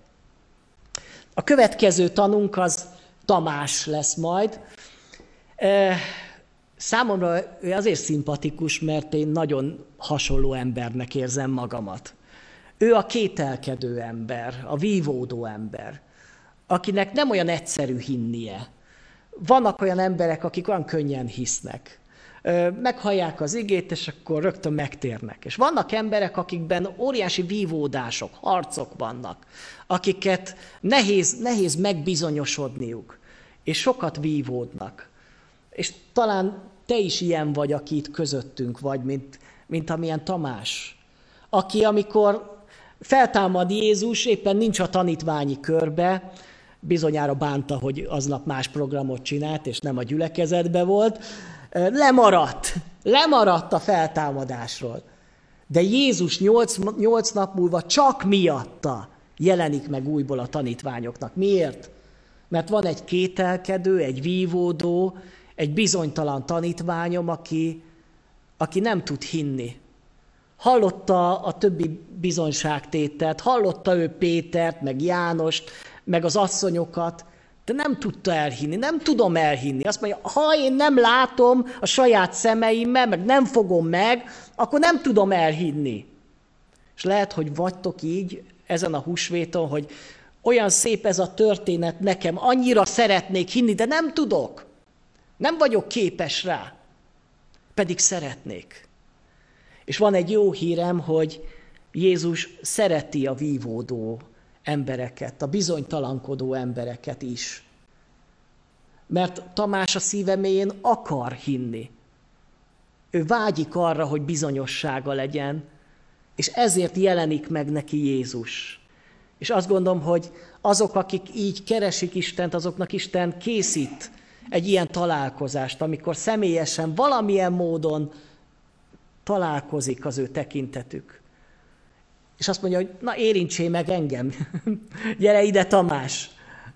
A következő tanunk az Tamás lesz majd. Számomra ő azért szimpatikus, mert én nagyon hasonló embernek érzem magamat. Ő a kételkedő ember, a vívódó ember, akinek nem olyan egyszerű hinnie. Vannak olyan emberek, akik olyan könnyen hisznek. Meghallják az igét, és akkor rögtön megtérnek. És vannak emberek, akikben óriási vívódások, harcok vannak, akiket nehéz megbizonyosodniuk, és sokat vívódnak. És talán te is ilyen vagy, aki itt közöttünk vagy, mint amilyen Tamás, aki amikor feltámad Jézus, éppen nincs a tanítványi körbe, bizonyára bánta, hogy aznap más programot csinált, és nem a gyülekezetbe volt, lemaradt a feltámadásról. De Jézus 8 nap múlva csak miatta jelenik meg újból a tanítványoknak. Miért? Mert van egy kételkedő, egy vívódó, egy bizonytalan tanítványom, aki nem tud hinni. Hallotta a többi bizonyságtételt, hallotta ő Pétert, meg Jánost, meg az asszonyokat, de nem tudta elhinni, nem tudom elhinni. Azt mondja, ha én nem látom a saját szemeimmel, meg nem fogom meg, akkor nem tudom elhinni. És lehet, hogy vagytok így ezen a húsvéton, hogy olyan szép ez a történet nekem, annyira szeretnék hinni, de nem tudok. Nem vagyok képes rá, pedig szeretnék. És van egy jó hírem, hogy Jézus szereti a vívódó embereket, a bizonytalankodó embereket is. Mert Tamás a szíve mélyén akar hinni. Ő vágyik arra, hogy bizonyossága legyen, és ezért jelenik meg neki Jézus. És azt gondolom, hogy azok, akik így keresik Istent, azoknak Isten készít egy ilyen találkozást, amikor személyesen, valamilyen módon találkozik az ő tekintetük. És azt mondja, hogy na érintsé meg engem, gyere ide Tamás,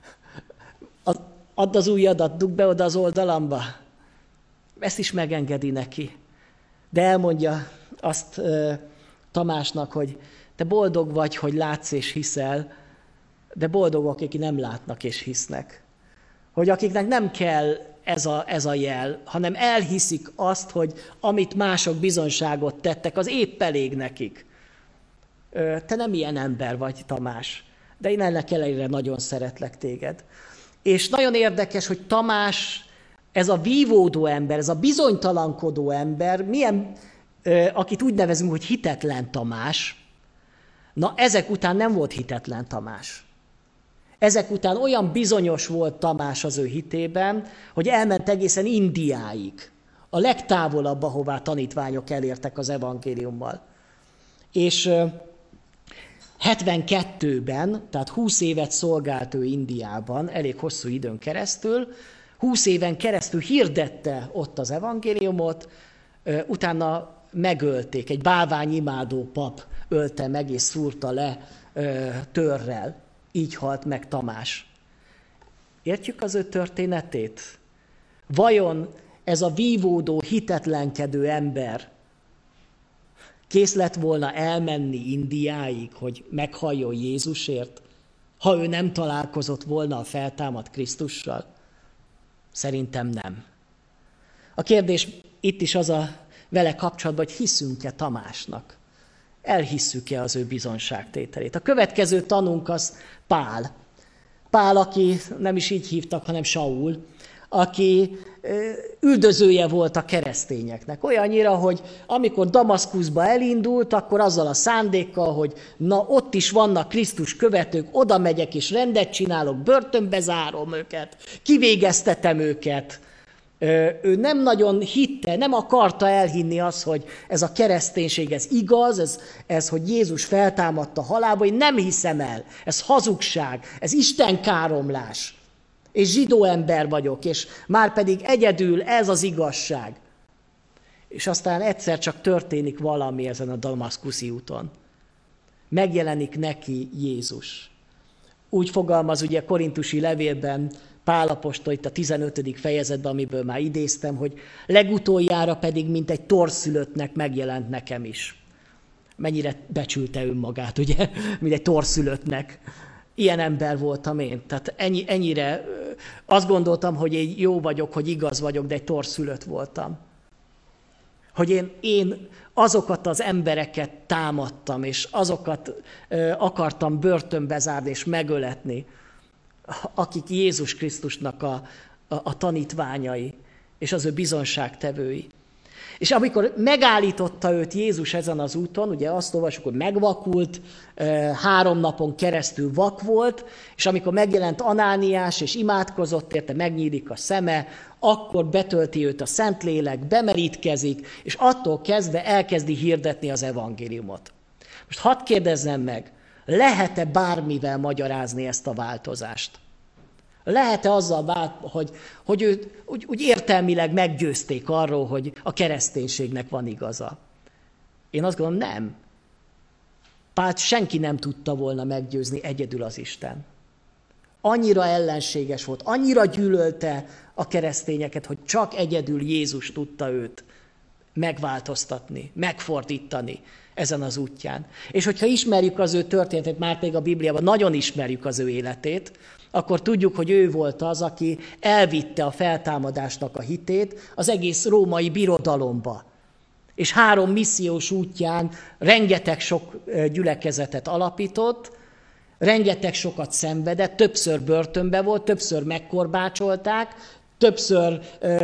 add az ujjadat, dugd be oda az oldalamba. Ezt is megengedi neki. De elmondja azt Tamásnak, hogy te boldog vagy, hogy látsz és hiszel, de boldogok, akik nem látnak és hisznek. Hogy akiknek nem kell ez a jel, hanem elhiszik azt, hogy amit mások bizonyságot tettek, az épp elég nekik. Te nem ilyen ember vagy, Tamás, de én ennek ellenére nagyon szeretlek téged. És nagyon érdekes, hogy Tamás, ez a vívódó ember, ez a bizonytalankodó ember, akit úgy nevezünk, hogy hitetlen Tamás, na ezek után nem volt hitetlen Tamás. Ezek után olyan bizonyos volt Tamás az ő hitében, hogy elment egészen Indiáig, a legtávolabb, ahová tanítványok elértek az evangéliummal. És 72-ben, tehát 20 évet szolgált ő Indiában, elég hosszú időn keresztül, 20 éven keresztül hirdette ott az evangéliumot, utána megölték, egy bálványimádó pap ölte meg és szúrta le törrel. Így halt meg Tamás. Értjük az ő történetét? Vajon ez a vívódó, hitetlenkedő ember kész lett volna elmenni Indiáig, hogy meghalljon Jézusért, ha ő nem találkozott volna a feltámadt Krisztussal? Szerintem nem. A kérdés itt is az a vele kapcsolatban, hogy hiszünk-e Tamásnak? Elhisszük-e az ő bizonságtételét? A következő tanunk az Pál. Pál, aki nem is így hívtak, hanem Saul, aki üldözője volt a keresztényeknek. Olyannyira, hogy amikor Damaszkuszba elindult, akkor azzal a szándékkal, hogy na ott is vannak Krisztus követők, oda megyek és rendet csinálok, börtönbe zárom őket, kivégeztetem őket. Ő nem nagyon hitte, nem akarta elhinni azt, hogy ez a kereszténység, ez igaz, ez hogy Jézus feltámadta halálba, én nem hiszem el, ez hazugság, ez istenkáromlás, és zsidó ember vagyok, és már pedig egyedül ez az igazság. És aztán egyszer csak történik valami ezen a damaszkuszi úton. Megjelenik neki Jézus. Úgy fogalmaz ugye Korintusi levélben Pál apostol itt a 15. fejezetben, amiből már idéztem, hogy legutoljára pedig, mint egy torszülöttnek megjelent nekem is. Mennyire becsülte önmagát, ugye, mint egy torszülöttnek. Ilyen ember voltam én. Tehát ennyire azt gondoltam, hogy én jó vagyok, hogy igaz vagyok, de egy torszülött voltam. Hogy én azokat az embereket támadtam, és azokat akartam börtönbe zárni és megöletni, akik Jézus Krisztusnak a tanítványai, és az ő bizonságtevői. És amikor megállította őt Jézus ezen az úton, ugye azt olvasjuk, hogy megvakult, 3 napon keresztül vak volt, és amikor megjelent Anániás és imádkozott érte, megnyílik a szeme, akkor betölti őt a Szentlélek, bemerítkezik, és attól kezdve elkezdi hirdetni az evangéliumot. Most hadd kérdezzem meg, lehet-e bármivel magyarázni ezt a változást? Lehet-e azzal, hogy őt úgy értelmileg meggyőzték arról, hogy a kereszténységnek van igaza? Én azt gondolom, nem. Pált senki nem tudta volna meggyőzni, egyedül az Isten. Annyira ellenséges volt, annyira gyűlölte a keresztényeket, hogy csak egyedül Jézus tudta őt megváltoztatni, megfordítani ezen az útján. És hogyha ismerjük az ő történetét, már pedig a Bibliában nagyon ismerjük az ő életét, akkor tudjuk, hogy ő volt az, aki elvitte a feltámadásnak a hitét az egész római birodalomba. És 3 missziós útján rengeteg sok gyülekezetet alapított, rengeteg sokat szenvedett, többször börtönbe volt, többször megkorbácsolták, többször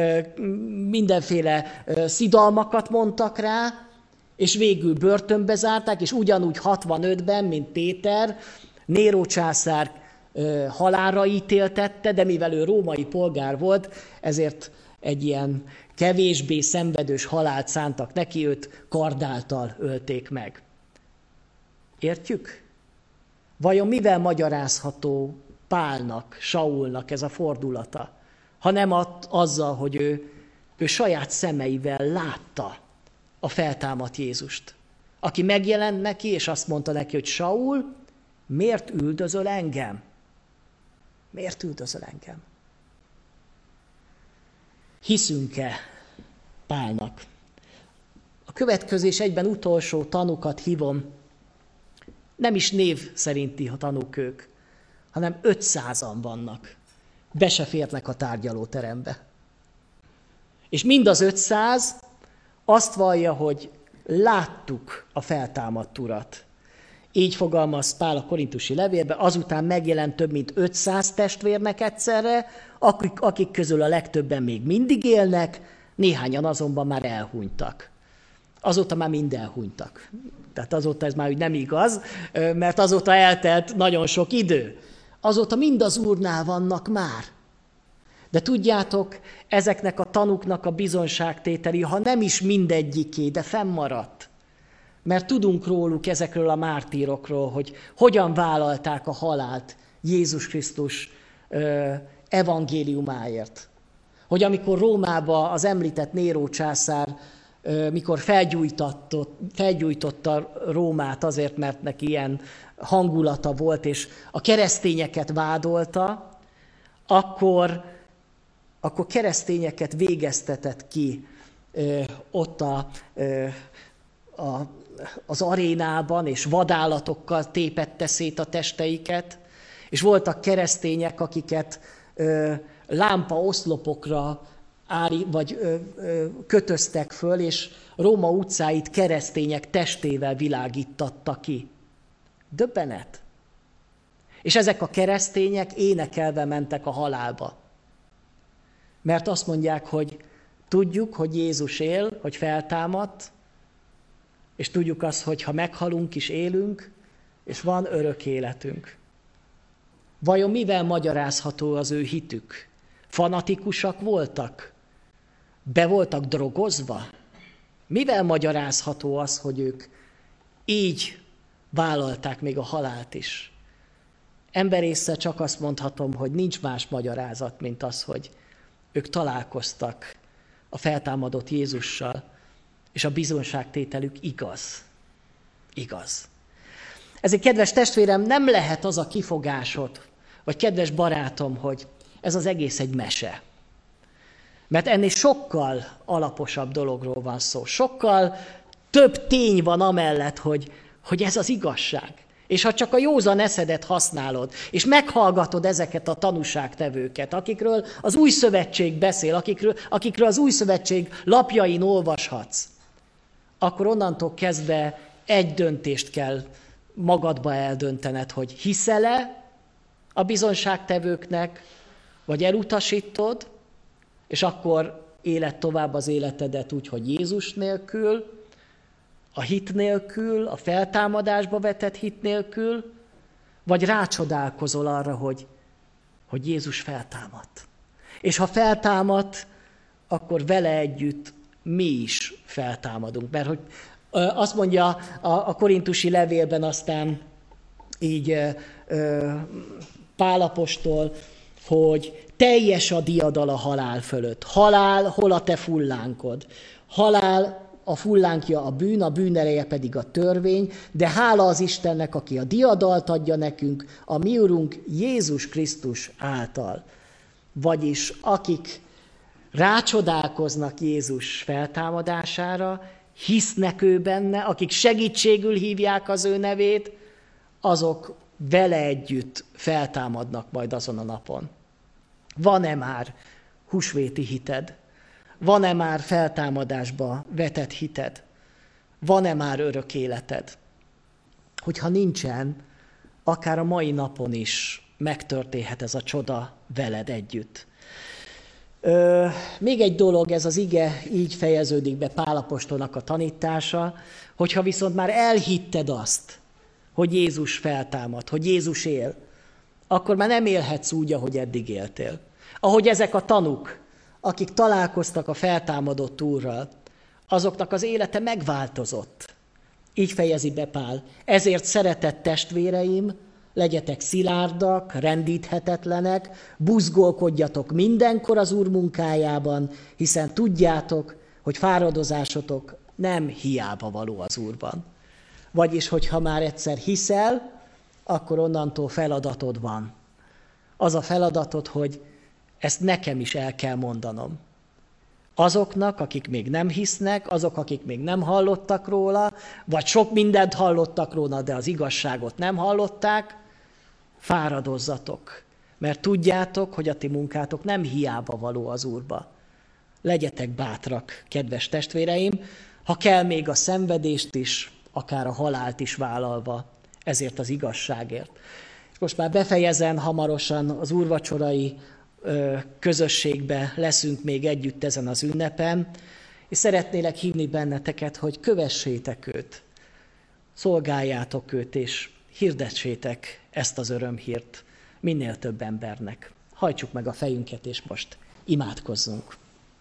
mindenféle szidalmakat mondtak rá, és végül börtönbe zárták, és ugyanúgy 65-ben, mint Péter, Néró császár halálra ítéltette, de mivel ő római polgár volt, ezért egy ilyen kevésbé szenvedős halált szántak neki, őt kardáltal ölték meg. Értjük? Vajon mivel magyarázható Pálnak, Saulnak ez a fordulata? Hanem azzal, hogy ő saját szemeivel látta a feltámadt Jézust. Aki megjelent neki, és azt mondta neki, hogy Saul, miért üldözöl engem? Miért üldözöl engem? Hiszünk-e Pálnak? A következő és egyben utolsó tanukat hívom, nem is név szerinti tanúk ők, hanem 500-an vannak. Be se férnek a tárgyalóterembe. És mind az 500 azt vallja, hogy láttuk a feltámadt Urat. Így fogalmaz Pál a korintusi levélben, azután megjelent több mint 500 testvérnek egyszerre, akik közül a legtöbben még mindig élnek, néhányan azonban már elhunytak. Azóta már mind elhunytak. Tehát azóta ez már úgy nem igaz, mert azóta eltelt nagyon sok idő. Azóta mind az Úrnál vannak már. De tudjátok, ezeknek a tanúknak a bizonságtételi, ha nem is mindegyiké, de fennmaradt. Mert tudunk róluk, ezekről a mártírokról, hogy hogyan vállalták a halált Jézus Krisztus evangéliumáért. Hogy amikor Rómába az említett Néró császár, mikor felgyújtotta Rómát azért, mert neki ilyen hangulata volt, és a keresztényeket vádolta, akkor keresztényeket végeztetett ki ott az arénában, és vadállatokkal tépette szét a testeiket, és voltak keresztények, akiket lámpaoszlopokra kötöztek föl, és Róma utcáit keresztények testével világítatta ki. Döbbenet. És ezek a keresztények énekelve mentek a halálba. Mert azt mondják, hogy tudjuk, hogy Jézus él, hogy feltámadt, és tudjuk azt, hogy ha meghalunk is élünk, és van örök életünk. Vajon mivel magyarázható az ő hitük? Fanatikusak voltak? Be voltak drogozva? Mivel magyarázható az, hogy ők így vállalták még a halált is? Emberésszel csak azt mondhatom, hogy nincs más magyarázat, mint az, hogy ők találkoztak a feltámadott Jézussal, és a bizonságtételük igaz. Igaz. Ezért, kedves testvérem, nem lehet az a kifogásod, vagy kedves barátom, hogy ez az egész egy mese. Mert ennél sokkal alaposabb dologról van szó. Sokkal több tény van amellett, hogy ez az igazság. És ha csak a józan eszedet használod, és meghallgatod ezeket a tanúságtevőket, akikről az Új Szövetség beszél, akikről az Új Szövetség lapjain olvashatsz, akkor onnantól kezdve egy döntést kell magadba eldöntened, hogy hiszel-e a bizonságtevőknek, vagy elutasítod, és akkor éled tovább az életedet úgy, hogy Jézus nélkül, a hit nélkül, a feltámadásba vetett hit nélkül, vagy rácsodálkozol arra, hogy Jézus feltámadt. És ha feltámadt, akkor vele együtt mi is feltámadunk. Mert hogy azt mondja a korintusi levélben aztán így Pál apostol, hogy teljes a diadal a halál fölött. Halál, hol a te fullánkod? Halál, a fullánkja a bűn ereje pedig a törvény, de hála az Istennek, aki a diadalt adja nekünk, a mi Urunk Jézus Krisztus által. Vagyis akik rácsodálkoznak Jézus feltámadására, hisznek ő benne, akik segítségül hívják az ő nevét, azok vele együtt feltámadnak majd azon a napon. Van-e már húsvéti hited? Van-e már feltámadásba vetett hited? Van-e már örök életed? Hogyha nincsen, akár a mai napon is megtörténhet ez a csoda veled együtt. Még egy dolog, ez az ige így fejeződik be Pál apostolnak a tanítása, hogyha viszont már elhitted azt, hogy Jézus feltámad, hogy Jézus él, akkor már nem élhetsz úgy, ahogy eddig éltél. Ahogy ezek a tanúk, akik találkoztak a feltámadott Úrral, azoknak az élete megváltozott. Így fejezi be Pál. Ezért, szeretett testvéreim, legyetek szilárdak, rendíthetetlenek, buzgolkodjatok mindenkor az Úr munkájában, hiszen tudjátok, hogy fáradozásotok nem hiába való az Úrban. Vagyis, hogyha már egyszer hiszel, akkor onnantól feladatod van. Az a feladatod, hogy ezt nekem is el kell mondanom. Azoknak, akik még nem hisznek, azok, akik még nem hallottak róla, vagy sok mindent hallottak róla, de az igazságot nem hallották, fáradozzatok, mert tudjátok, hogy a ti munkátok nem hiába való az Úrba. Legyetek bátrak, kedves testvéreim, ha kell még a szenvedést is, akár a halált is vállalva, ezért az igazságért. És most már befejezem, hamarosan az úrvacsorai közösségbe leszünk még együtt ezen az ünnepen, és szeretnélek hívni benneteket, hogy kövessétek őt, szolgáljátok őt, és hirdessétek ezt az örömhírt minél több embernek. Hajtsuk meg a fejünket, és most imádkozzunk.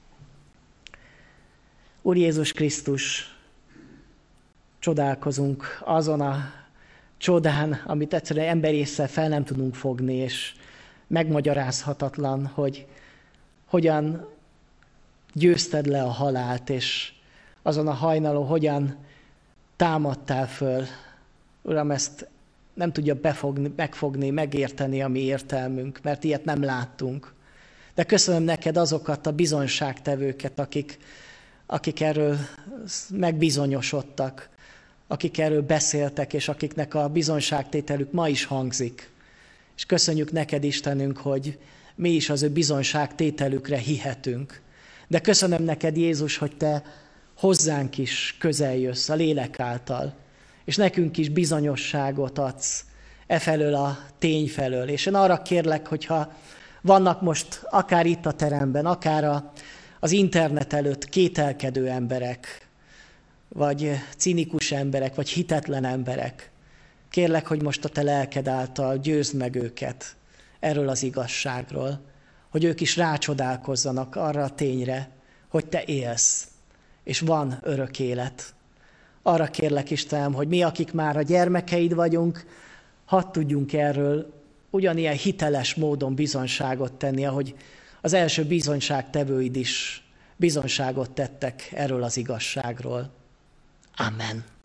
Úr Jézus Krisztus, csodálkozunk azon a csodán, amit egyszerűen emberésszel fel nem tudunk fogni, és megmagyarázhatatlan, hogy hogyan győzted le a halált, és azon a hajnalon hogyan támadtál föl. Uram, ezt nem tudja megfogni, megérteni a mi értelmünk, mert ilyet nem láttunk. De köszönöm neked azokat a bizonyságtevőket, akik erről megbizonyosodtak, akik erről beszéltek, és akiknek a bizonyságtételük ma is hangzik. És köszönjük neked, Istenünk, hogy mi is az ő bizonyságtételükre hihetünk. De köszönöm neked, Jézus, hogy te hozzánk is közel jössz a lélek által, és nekünk is bizonyosságot adsz efelől a tény felől. És én arra kérlek, hogyha vannak most akár itt a teremben, akár az internet előtt kételkedő emberek, vagy cinikus emberek, vagy hitetlen emberek, kérlek, hogy most a te lelked által győzd meg őket erről az igazságról, hogy ők is rácsodálkozzanak arra a tényre, hogy te élsz, és van örök élet. Arra kérlek, Istenem, hogy mi, akik már a gyermekeid vagyunk, hadd tudjunk erről ugyanilyen hiteles módon bizonyságot tenni, ahogy az első bizonyságtevőid is bizonyságot tettek erről az igazságról. Amen.